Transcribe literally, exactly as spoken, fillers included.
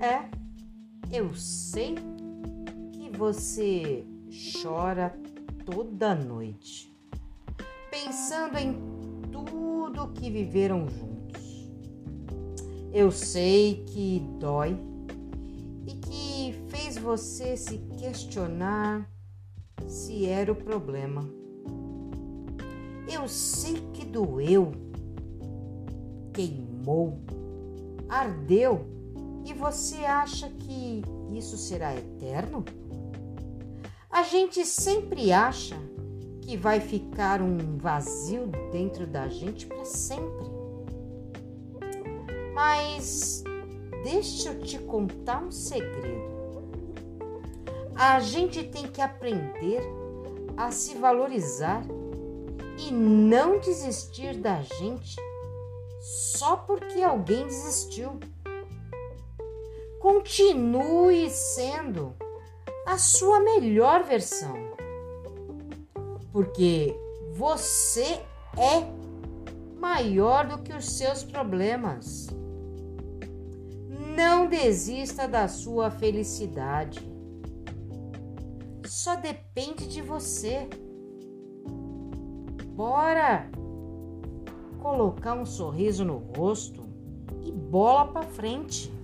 É, eu sei que você chora toda noite, pensando em tudo que viveram juntos. Eu sei que dói e que fez você se questionar se era o problema. Eu sei que doeu, queimou, ardeu e você acha que isso será eterno? A gente sempre acha que vai ficar um vazio dentro da gente para sempre. Mas deixa eu te contar um segredo. A gente tem que aprender a se valorizar e não desistir da gente só porque alguém desistiu. Continue sendo a sua melhor versão, porque você é maior do que os seus problemas. Não desista da sua felicidade. Só depende de você. Bora colocar um sorriso no rosto e bola pra frente.